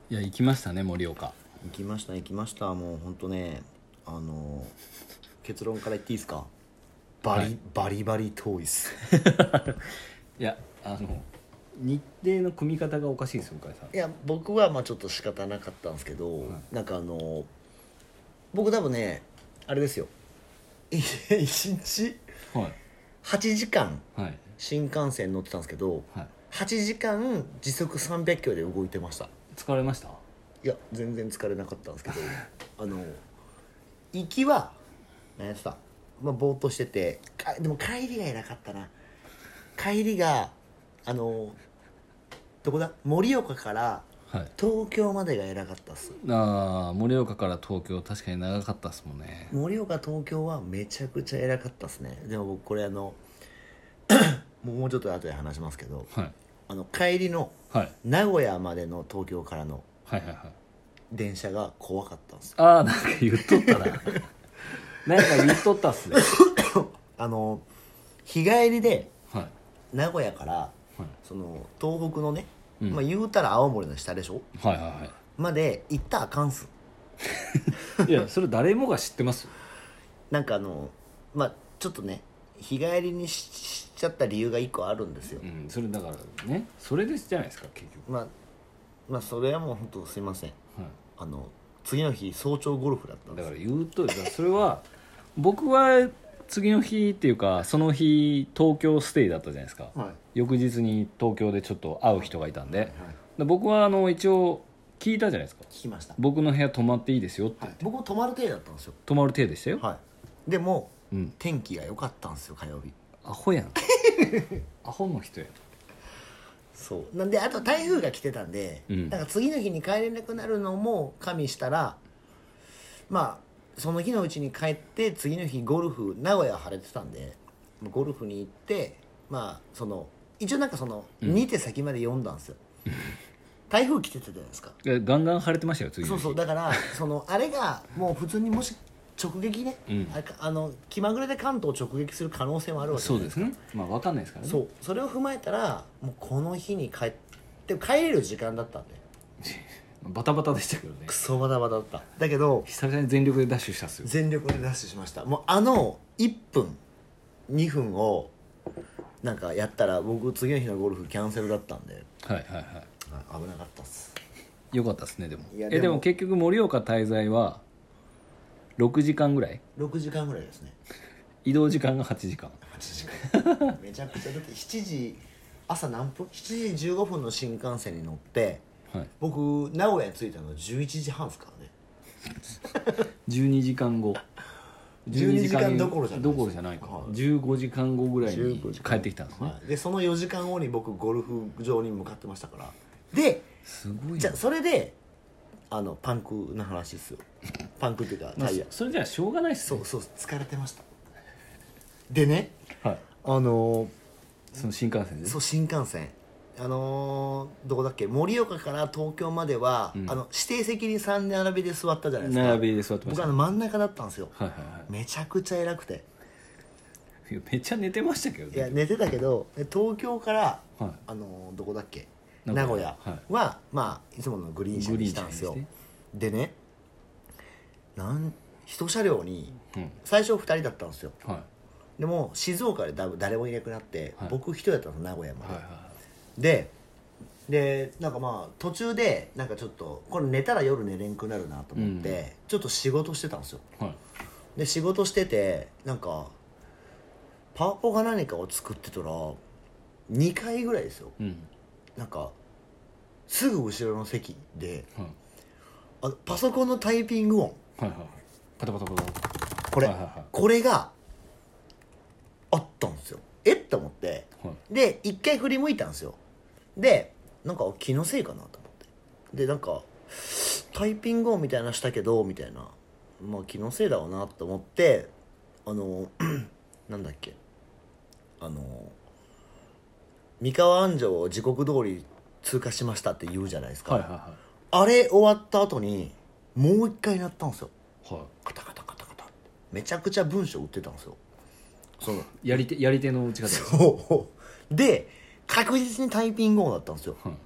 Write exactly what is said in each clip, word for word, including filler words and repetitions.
いや行きましたね盛岡。 行きました行きました。もうほんとね、あの結論から言っていいですか。バリ、はい、バリバリ遠いっすいやあの日程の組み方がおかしいですよ向井さん。 いや僕はまあちょっと仕方なかったんですけど、はい、なんかあの僕多分ねあれですよいちにちはちじかん新幹線乗ってたんですけど、はい、はちじかん時速さんびゃくキロで動いてました。 疲れました？ いや全然疲れなかったんですけどあの行きは何やってた、まあ、ぼーっとしてて、でも帰りが偉かったな。帰りがあのどこだ盛岡から東京までが偉かったっす、 はい、ああ盛岡から東京確かに長かったっすもんね。 盛岡東京はめちゃくちゃ偉かったっすね。でも僕これあのもうちょっと後で話しますけど、はい、あの帰りの名古屋までの東京からの電車が怖かったんですよ。 ああなんか言っとったななんか言っとったっすねあの日帰りで名古屋から、はい、その東北のね、うん、まあ、言うたら青森の下でしょ、はいはいはい、まで行ったらあかんすいやそれ誰もが知ってます。 なんかあのまあちょっとね日帰りに し, しちゃった理由が一個あるんですよ、 うん、それだからねそれですじゃないですか結局。 まあまあそれはもう本当すいません、はい、あの次の日早朝ゴルフだったんです。 だから言うとそれは僕は次の日っていうかその日東京ステイだったじゃないですか、はい、翌日に東京でちょっと会う人がいたんで、はいはい、で僕はあの一応聞いたじゃないですか。 聞きました。 僕の部屋泊まっていいですよって言って、 はい、僕も泊まる体だったんですよ。 泊まる体でしたよ、 はい、でも、うん、天気が良かったんですよ火曜日。 アホやんアホの人やん。 そうなんで、あと台風が来てたんで、うん、だから次の日に帰れなくなるのも加味したら、まあその日のうちに帰って次の日ゴルフ、名古屋は晴れてたんでゴルフに行って、まあその一応なんかそのに手先まで読んだんですよ、うん、台風来てたじゃないですか。 ガンガン晴れてましたよ次の日。 そうそうだからそのあれがもう普通にもし直撃ね、うん、あの気まぐれで関東を直撃する可能性もあるわけじゃないですか。 そうですね、まあ分かんないですからね。 そうそれを踏まえたらもうこの日に帰って帰れる時間だったんでバタバタでしたけどね。 クソバタバタだった。だけど久々に全力でダッシュしたっすよ。 全力でダッシュしました。もうあのいっぷんにふんをなんかやったら僕次の日のゴルフキャンセルだったんで、 はいはいはい、 危なかったっす。 よかったっすね。でもいやえでも結局盛岡滞在はろくじかんぐらい。 ろくじかんぐらいですね。 移動時間がはちじかん。はちじかんめちゃくちゃ。だってしちじ朝何分しちじじゅうごふんの新幹線に乗って、はい、僕名古屋に着いたのじゅういちじはんですからねじゅうにじかんごじゅうにじかんどころじゃないどころじゃないか、はい、じゅうごじかんごぐらいに帰ってきたんですね、 はい、でそのよじかんごに僕ゴルフ場に向かってましたから。ですごい。じゃあそれであのパンクな話ですよパンクっていうかタイヤ、 まあ、それじゃしょうがないっすね。 そうそう疲れてました。でね、はい、あのー、 その新幹線で、 そう新幹線あのー、どこだっけ盛岡から東京までは、うん、あの指定席にさん並びで座ったじゃないですか。 並びで座ってました、 僕あの真ん中だったんですよ、 はいはいはい、 めちゃくちゃ偉くてめっちゃ寝てましたけどね。 いや寝てたけど東京から、はい、あのー、どこだっけ名古屋は、はい、まあいつものグリーン車にしたんですよ。でねなん一車両に、うん、最初ふたりだったんですよ、はい、でも静岡でだ誰もいなくなって、はい、僕一人だったんです名古屋まで、はいはいはい、ででなんかまあ途中でなんかちょっとこれ寝たら夜寝れんくなるなと思って、うん、ちょっと仕事してたんですよ、はい、で仕事しててなんかパワポが何かを作ってたらにかいぐらいですよ、うん、なんかすぐ後ろの席で、はい、あパソコンのタイピング音、 はいはい、パタパタパタこれ、はいはいはい、これがあったんですよ。えっと思って、はい、で一回振り向いたんですよ。でなんか気のせいかなと思ってでなんかタイピング音みたいなしたけどみたいな、まあ気のせいだろうなと思ってあのなんだっけあの三河安城を時刻通り通過しましたって言うじゃないですか、はいはいはい、あれ終わった後にもう一回鳴ったんですよ、はい、カタカタカタカタめちゃくちゃ文章打ってたんですよ。そのやり手やり手の打ち方です。 そうで確実にタイピング音だったんですよ、はい、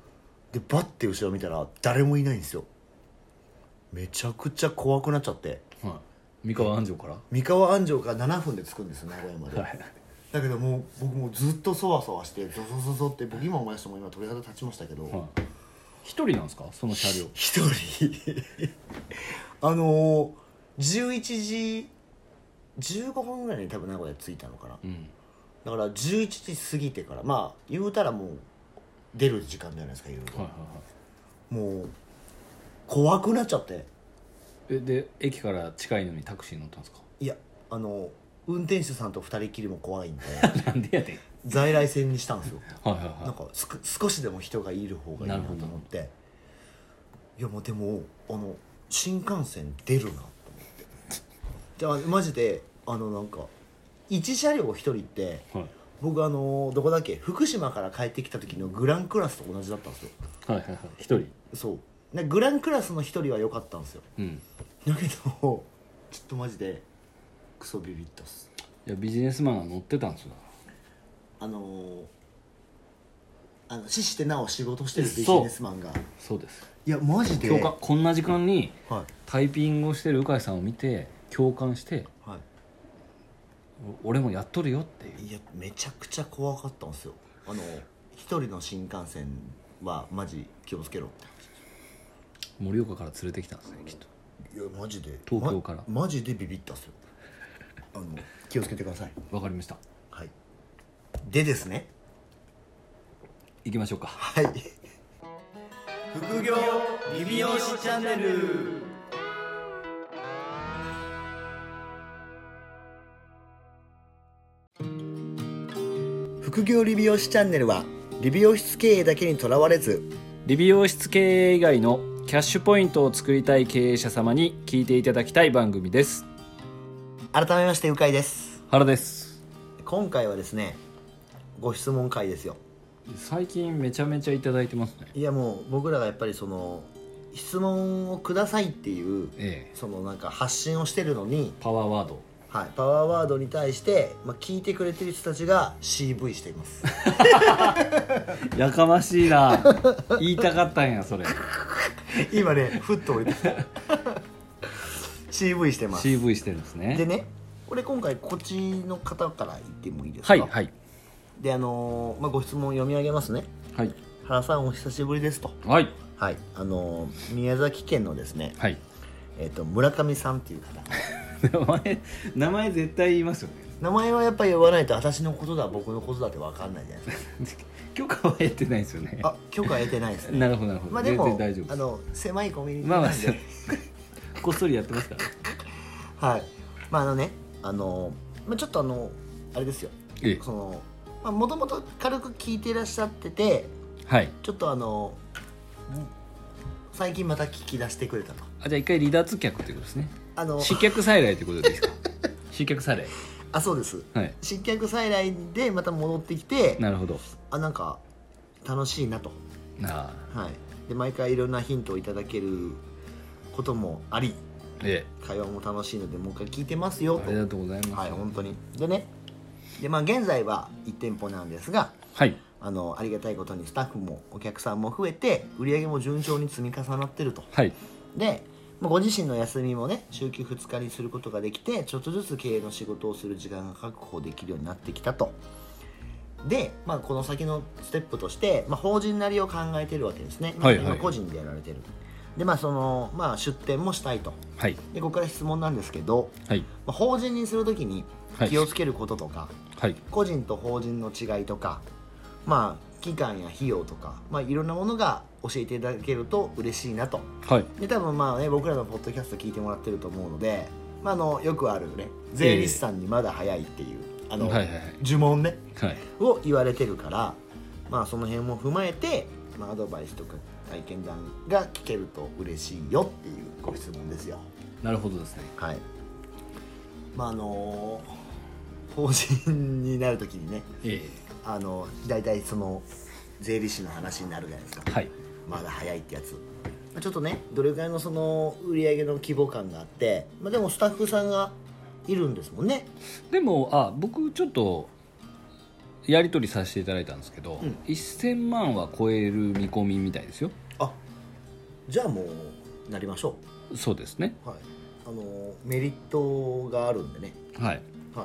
でバッて後ろ見たら誰もいないんですよ。めちゃくちゃ怖くなっちゃって、 はい、三河安城から三河安城からななふんで着くんですよ名古屋まで、 はい、 だけどもう僕もずっとそわそわしてゾゾゾゾって僕今思い出しても今鳥肌立ちましたけど、はい、 一人なんですかその車両。 一人あのー、じゅういちじじゅうごふんぐらいに多分名古屋着いたのかな、うん、だからじゅういちじ過ぎてからまあ言うたらもう出る時間じゃないですか言うと、はいはいはい、もう怖くなっちゃって。 えで駅から近いのにタクシー乗ったんですか。 いやあの運転手さんと二人きりも怖いんでなんでやねん在来線にしたんですよはいはい、はい、 なんかす少しでも人がいる方がいいなと思って。いやもうでもあの新幹線出るなと思ってじゃあマジであのなんかいち車両ひとりって、はい、僕あのどこだっけ福島から帰ってきた時のグランクラスと同じだったんですよ。 はいはいはいひとりそうでグランクラスのひとりは良かったんですよ、うん、だけどちょっとマジでクソビビったっす。 いやビジネスマンが乗ってたんですよ。 あのー、あの死してなお仕事してるビジネスマンがそうです。 いやマジで共感こんな時間にタイピングをしてる鵜飼さんを見て共感して、はい、俺もやっとるよっていう。 いやめちゃくちゃ怖かったんですよ。あの一人の新幹線はマジ気をつけろって話。 盛岡から連れてきたんですねきっと。 いやマジで東京から、 ま、マジでビビったっすよ。あの気をつけてください。 わかりました。 はい。でですね行きましょうか。 はい副業リビオシチャンネル。副業理美容師チャンネルは理美容室経営だけにとらわれず理美容室経営以外のキャッシュポイントを作りたい経営者様に聞いていただきたい番組です。 改めまして鵜飼です。 原です。 今回はですねご質問会ですよ。 最近めちゃめちゃいただいてますね。 いやもう僕らがやっぱりその質問をくださいっていう、ええ、そのなんか発信をしてるのにパワーワードはい、パワーワードに対して、まあ、聞いてくれてる人たちが シーブイ していますやかましいな言いたかったんやそれ今ねふっと降りてきたシーブイ してます。 シーブイ してるんですね。 でねこれ今回こっちの方から言ってもいいですか。 はいはい。 であのーまあ、ご質問読み上げますね。はい。原さんお久しぶりですと。 はいはい。あのー、宮崎県のですね、はい、えっと村上さんっていう方名前名前絶対言いますよね。 名前はやっぱり言わないと私のことだ僕のことだって分かんないじゃないですか許可は得てないですよね。 あ許可は得てないですねなるほどなるほど、 まあ、でも全然大丈夫です。 あの狭いコミュニティなんで、まあまあ、こっそりやってますからはい。まああのねあの、まあ、ちょっとあのあれですよ、ええ、そのもともと軽く聞いていらっしゃってて、はい、ちょっとあの最近また聞き出してくれたと。 あじゃあ一回離脱客ってことですね。あの失脚再来ってことですか失脚再来。 あそうです、はい、失脚再来でまた戻ってきてなるほどあなんか楽しいなとあ、はい、で毎回いろんなヒントをいただけることもあり、ええ、会話も楽しいのでもう一回聞いてますよと。 ありがとうございます。 はい本当にでねで、まあ、現在はいち店舗なんですが、はい、あのありがたいことにスタッフもお客さんも増えて売り上げも順調に積み重なってると、はい、でご自身の休みもね週休ふつかにすることができてちょっとずつ経営の仕事をする時間が確保できるようになってきたと。で、まあ、この先のステップとして、まあ、法人なりを考えてるわけですね、はいはい、今個人でやられてるで、まあそのまあ、出店もしたいと、はい、でここから質問なんですけど、はいまあ、法人にするときに気をつけることとか、はい、個人と法人の違いとか、まあ期間や費用とか、まあ、いろんなものが教えていただけると嬉しいなと、はい、で多分まあ、ね、僕らのポッドキャスト聞いてもらってると思うので、まあ、あのよくあるね税理士さんにまだ早いっていう、えー、あの、はいはいはい、呪文ね、はい、を言われてるから、まあ、その辺も踏まえて、まあ、アドバイスとか体験談が聞けると嬉しいよっていうご質問ですよ。 なるほどですね。 はい。まああの法人になるときにね、ええあの大体その税理士の話になるじゃないですか、はい、まだ早いってやつちょっとねどれくらいのその売り上げの規模感があって、まあ、でもスタッフさんがいるんですもんね。 でもあ僕ちょっとやり取りさせていただいたんですけど、うん、せんまんは超える見込みみたいですよ。 あ、じゃあもうなりましょう。そうですね、 はい、あのメリットがあるんでね。 はい、 はい、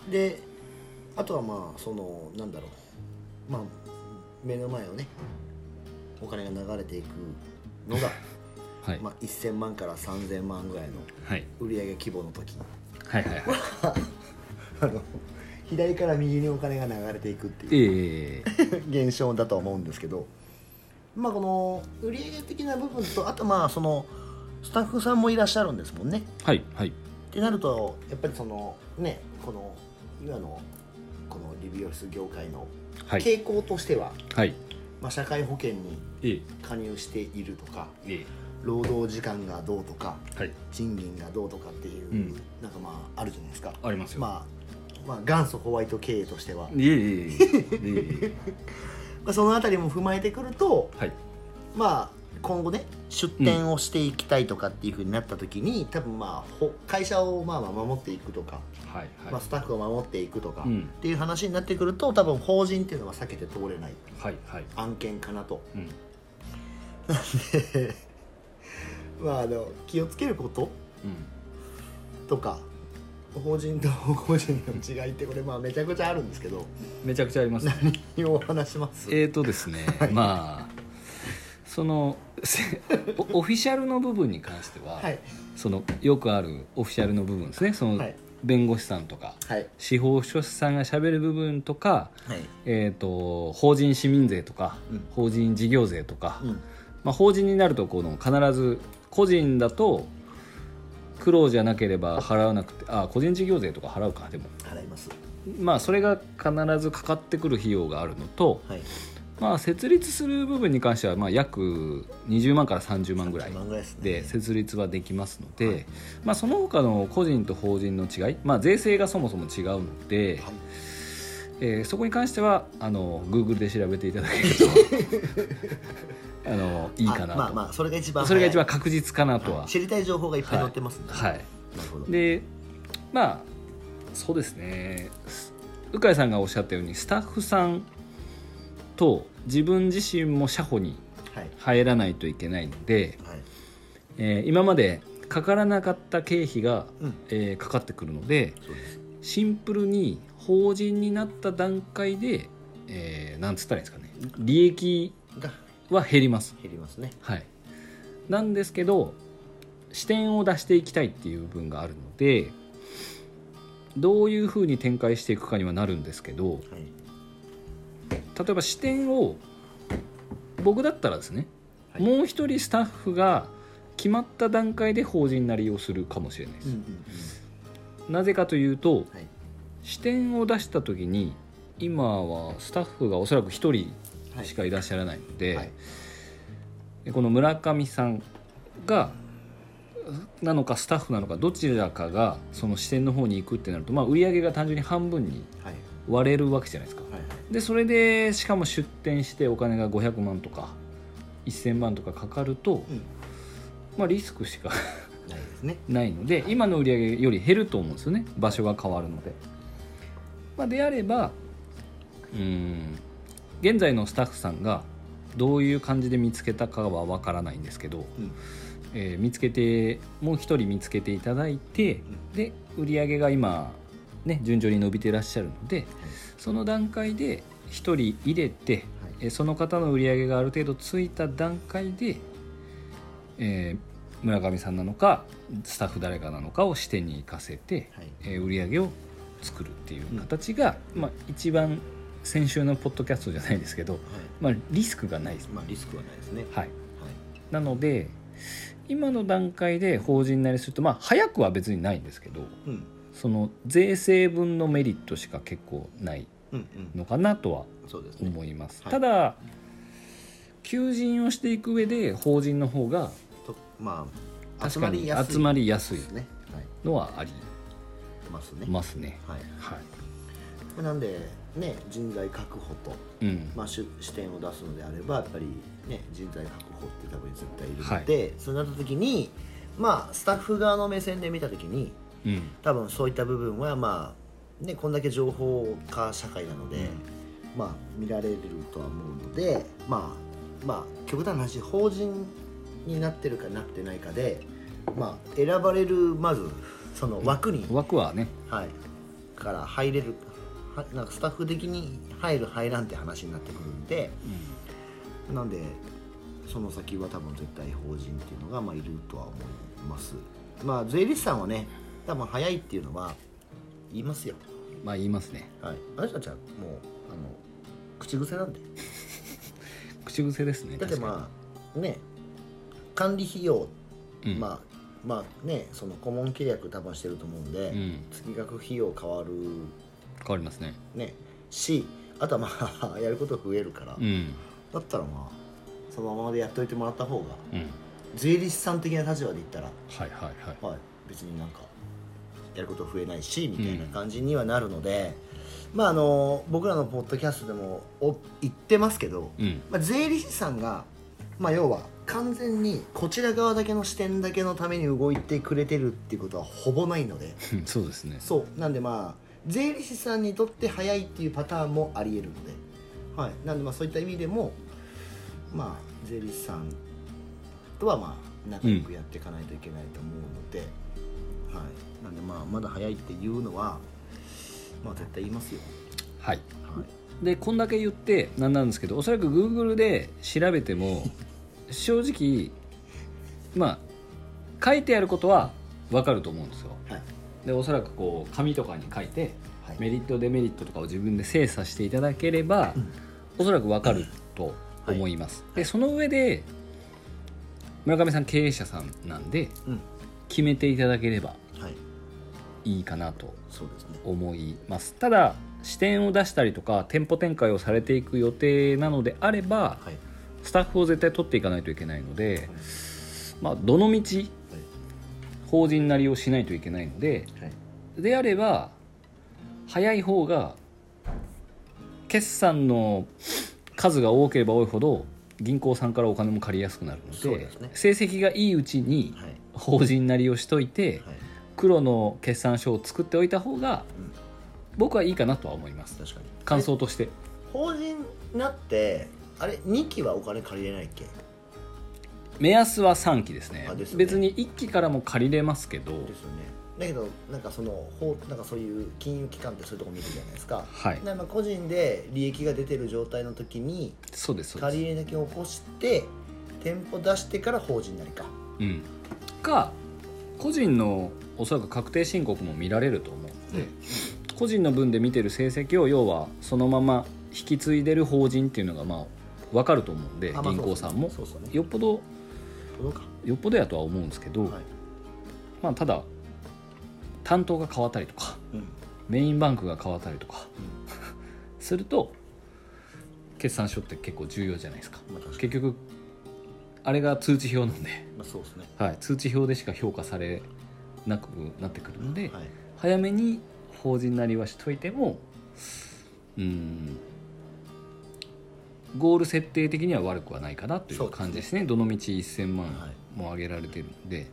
であとはまあそのなんだろう、まあ目の前をねお金が流れていくのが、はい、まあ、せんまんからさんぜんまんぐらいの売上規模の時、 はいはいはいはい、 あの左から右にお金が流れていくっていう、えー、現象だと思うんですけど、まあこの売上的な部分と、あとまあそのスタッフさんもいらっしゃるんですもんね。 はいはい。 ってなるとやっぱりそのね、この今のこのリビオフィス業界の傾向としては、はい、まあ、社会保険に加入しているとか、ええ、労働時間がどうとか、はい、賃金がどうとかっていう、うん、なんかまああるじゃないですか。 ありますよ。 まあまあ、元祖ホワイト経営としては、 いえいえいえまあそのあたりも踏まえてくると、はい、まあ今後ね出店をしていきたいとかっていうふうになった時に、うん、多分まあ会社をまあまあ守っていくとか、はいはい、まあ、スタッフを守っていくとかっていう話になってくると、多分法人っていうのは避けて通れない案件かなと、はいはい、うん、なんでまああの気をつけること、うん、とか法人と個人の違いってこれまあめちゃくちゃあるんですけど、 めちゃくちゃあります。 何を話します？ えーとですね、はい、まあそのオフィシャルの部分に関しては、はい、そのよくあるオフィシャルの部分ですね、その弁護士さんとか、はい、司法書士さんがしゃべる部分とか、はい、えーと法人市民税とか、うん、法人事業税とか、うん、まあ、法人になるとこの必ず個人だと苦労じゃなければ払わなくて、あ、個人事業税とか払うか、でも払います。 まあそれが必ずかかってくる費用があるのと、はい、まあ設立する部分に関してはまあ約にじゅうまんからさんじゅうまんぐらいで設立はできますので、はい、まあその他の個人と法人の違い、まあ税制がそもそも違うので、はい、えー、そこに関してはあの Google で調べていただけるとあのいいかなと。 まあまあそれが一番それが一番確実かなとは、はい、 知りたい情報がいっぱい載ってますね。 はい、はい、なるほど。でまあそうですね、鵜飼さんがおっしゃったようにスタッフさんと自分自身も社保に入らないといけないので、はい、えー、今までかからなかった経費が、うん、えー、かかってくるので、そうです、シンプルに法人になった段階で、えー、なんつったらいいですかね、利益は減ります減りますね、 はい、なんですけど視点を出していきたいっていう部分があるので、どういうふうに展開していくかにはなるんですけど、はい、例えば視点を僕だったらですね、はい、もう一人スタッフが決まった段階で法人なりをするかもしれないです、うんうんうん、なぜかというと、はい、視点を出した時に今はスタッフがおそらくひとりしかいらっしゃらないので、はいはい、この村上さんがなのかスタッフなのかどちらかがその視点の方に行くってなると、まあ、売り上げが単純に半分に割れるわけじゃないですか、はいはい、でそれでしかも出店してお金がごひゃくまんとかせんまんとかかかると、うん、まあ、リスクしかないですね、 ないので、今の売り上げより減ると思うんですよね、場所が変わるので、まあ、であればうーん現在のスタッフさんがどういう感じで見つけたかは分からないんですけど、うん、えー、見つけてもう一人見つけていただいて、うん、で売り上げが今、ね、順調に伸びていらっしゃるので、はい、その段階で一人入れて、はい、その方の売り上げがある程度ついた段階で、えー、村上さんなのかスタッフ誰かなのかを支店に行かせて、はい、えー、売り上げを作るっていう形が、うん、まあ、一番先週のポッドキャストじゃないですけど、はい、まあ、リスクがないです、 まあ、リスクはないですね、 はいはい、なので今の段階で法人なりすると、まあ、早くは別にないんですけど、うん、その税制分のメリットしか結構ないのかなとは思います、うんうん、ね、はい、ただ求人をしていく上で法人の方がまあ確かに集まりやすいのはありますね。ますね、はいはい、 なんでね、人材確保と、うん、まあ、視点を出すのであればやっぱり、ね、人材確保って多分絶対いるので、はい、そうなった時に、まあ、スタッフ側の目線で見た時に、うん、多分そういった部分は、まあね、こんだけ情報化社会なので、うん、まあ見られるとは思うので、まあまあ極端な話、法人になってるかなってないかで、まあ選ばれるまずその枠に、 うん、枠はね、 はい、から入れる、なんかスタッフ的に入る入らんって話になってくるんで、うん、なんでその先は多分絶対法人っていうのがまあいるとは思います。まあ税理士さんはね、多分早いっていうのは言いますよ。 まあ言いますね。 はい。あの人たちはもうあの口癖なんで。 口癖ですね。 だってまあね、管理費用、うん、まあまあね、その顧問契約多分してると思うんで、うん、月額費用変わる。 変わりますね。 ね。し、あとはまあやること増えるから、うん、だったらまあそのままでやっといてもらった方が、うん、税理士さん的な立場で言ったら、はいはいはい、はい、別になんかやること増えないしみたいな感じにはなるので、うん、まああの僕らのポッドキャストでもお言ってますけど、うん、まあ、税理士さんが、まあ、要は完全にこちら側だけの視点だけのために動いてくれてるっていうことはほぼないのでそうですね。 そうなんで、まあ税理士さんにとって早いっていうパターンもありえるので、はい、なんでまあそういった意味でも、まあ税理士さんとはまあ仲良くやっていかないといけないと思うので、うん、はい、なんでまあまだ早いっていうのはまあ絶対言いますよ。 はい、はい、でこんだけ言ってなんなんですけど、おそらく Google で調べても正直まあ書いてあることは分かると思うんですよ。はい、でおそらくこう紙とかに書いて、はい、メリットデメリットとかを自分で精査していただければ、うん、おそらく分かると思います。はい、でその上で村上さん経営者さんなんで、うん、決めていただければいいかなと思います。ただ支店を出したりとか店舗展開をされていく予定なのであれば、はい、スタッフを絶対取っていかないといけないので、はい、まあ、どのみち法人なりをしないといけないので、はい、であれば早い方が決算の数が多ければ多いほど銀行さんからお金も借りやすくなるの で, そうです、ね、成績がいいうちに法人なりをしといて、はい、黒の決算書を作っておいた方が僕はいいかなとは思います。確かに感想として法人になってあれにきはお金借りれないっけ？ 目安はさんきですね。ですね、別にいっきからも借りれますけどですよね。だけどなんかそのなんかそういう金融機関ってそういうとこ見るじゃないですか。はい、まあ個人で利益が出てる状態の時にそうです借り入れだけ起こして店舗出してから法人なりか、 うん、か個人のおそらく確定申告も見られると思うので、うん、個人の分で見てる成績を要はそのまま引き継いでる法人っていうのがまあ分かると思うんで、銀行さんもそうそう、ね、よっぽどよっぽどやとは思うんですけど、はい、まあただ担当が変わったりとか、うん、メインバンクが変わったりとか、うん、すると決算書って結構重要じゃないですか。まあ、結局あれが通知表なんで、 まあそうですね、 はい、通知表でしか評価されなくなってくるので、はい、早めに法人なりはしといてもうーんゴール設定的には悪くはないかなという感じですね。ですね、どのみちせんまんも上げられてるんで、はい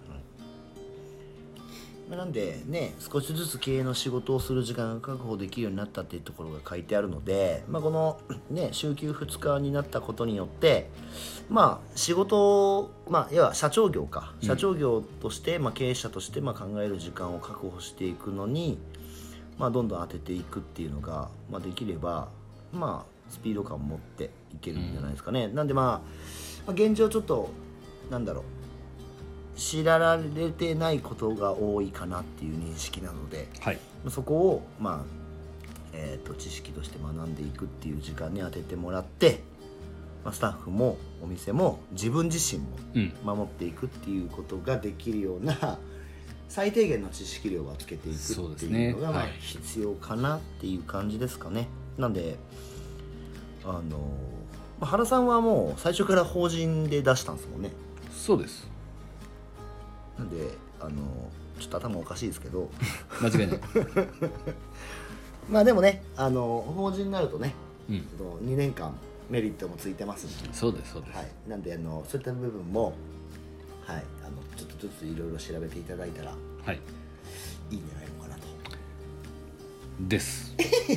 はい、なんでね少しずつ経営の仕事をする時間が確保できるようになったっていうところが書いてあるので、まあ、この、ね、週休ふつかになったことによってまあ仕事を、まあ、要は社長業か社長業として、うん、まあ、経営者としてまあ考える時間を確保していくのに、まあ、どんどん当てていくっていうのが、まあ、できればまあスピード感を持っていけるんじゃないですかね。うん、なんで、まあ、まあ現状ちょっとなんだろう知られてないことが多いかなっていう認識なので、はい、そこを、まあえー、と知識として学んでいくっていう時間に当ててもらって、まあ、スタッフもお店も自分自身も守っていくっていうことができるような、うん、最低限の知識量はつけていくっていうのが、まあ、必要かなっていう感じですかね。なんであの原さんはもう最初から法人で出したんですもんね。 そうです。 なんであのちょっと頭おかしいですけど間違いないまあでもねあの法人になるとね、うん、にねんかんメリットもついてますし、 そうですそうです、 はい、なんであのそういった部分も、はい、あのちょっとずついろいろ調べていただいたら、はい、いいんじゃないのかなとです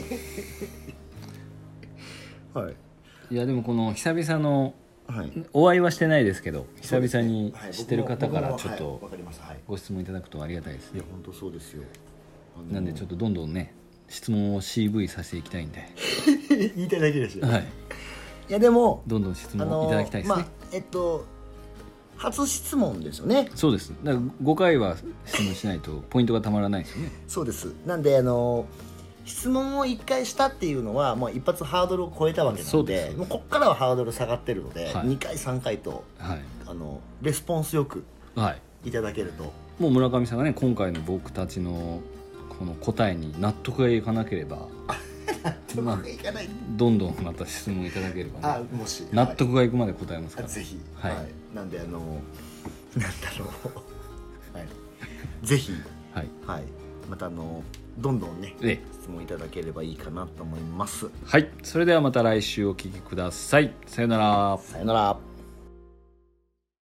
はいいやでもこの久々の、はい、お会いはしてないですけど久々に知ってる方からちょっとご質問いただくとありがたいですね。 いや本当そうですよ。 なんでちょっとどんどんね質問を シーブイ させていきたいんで言いたいだけですよ、 はい、 いやでもどんどん質問いただきたいですね、まあ、 えっと初質問ですよね。 そうです。だからごかいは質問しないとポイントがたまらないですよね。 そうです。なんであの質問をいっかいしたっていうのはもう一発ハードルを超えたわけなので、もうこっからはハードル下がってるので、はい、にかいさんかいと、はい、あのレスポンスよくいただけると、はい、 もう村上さんがね今回の僕たちのこの答えに納得がいかなければ納得がいかない、まあ、 どんどんまた質問いただければ、ね、 あもし納得がいくまで答えますから、 はい、ぜひ、 はいはい、 なんであのなんだろう、はい、ぜひ、 はいはい、またあのどんどんね、ええ、質問いただければいいかなと思います。 はい、それではまた来週お聞きください。さよなら。 さよなら。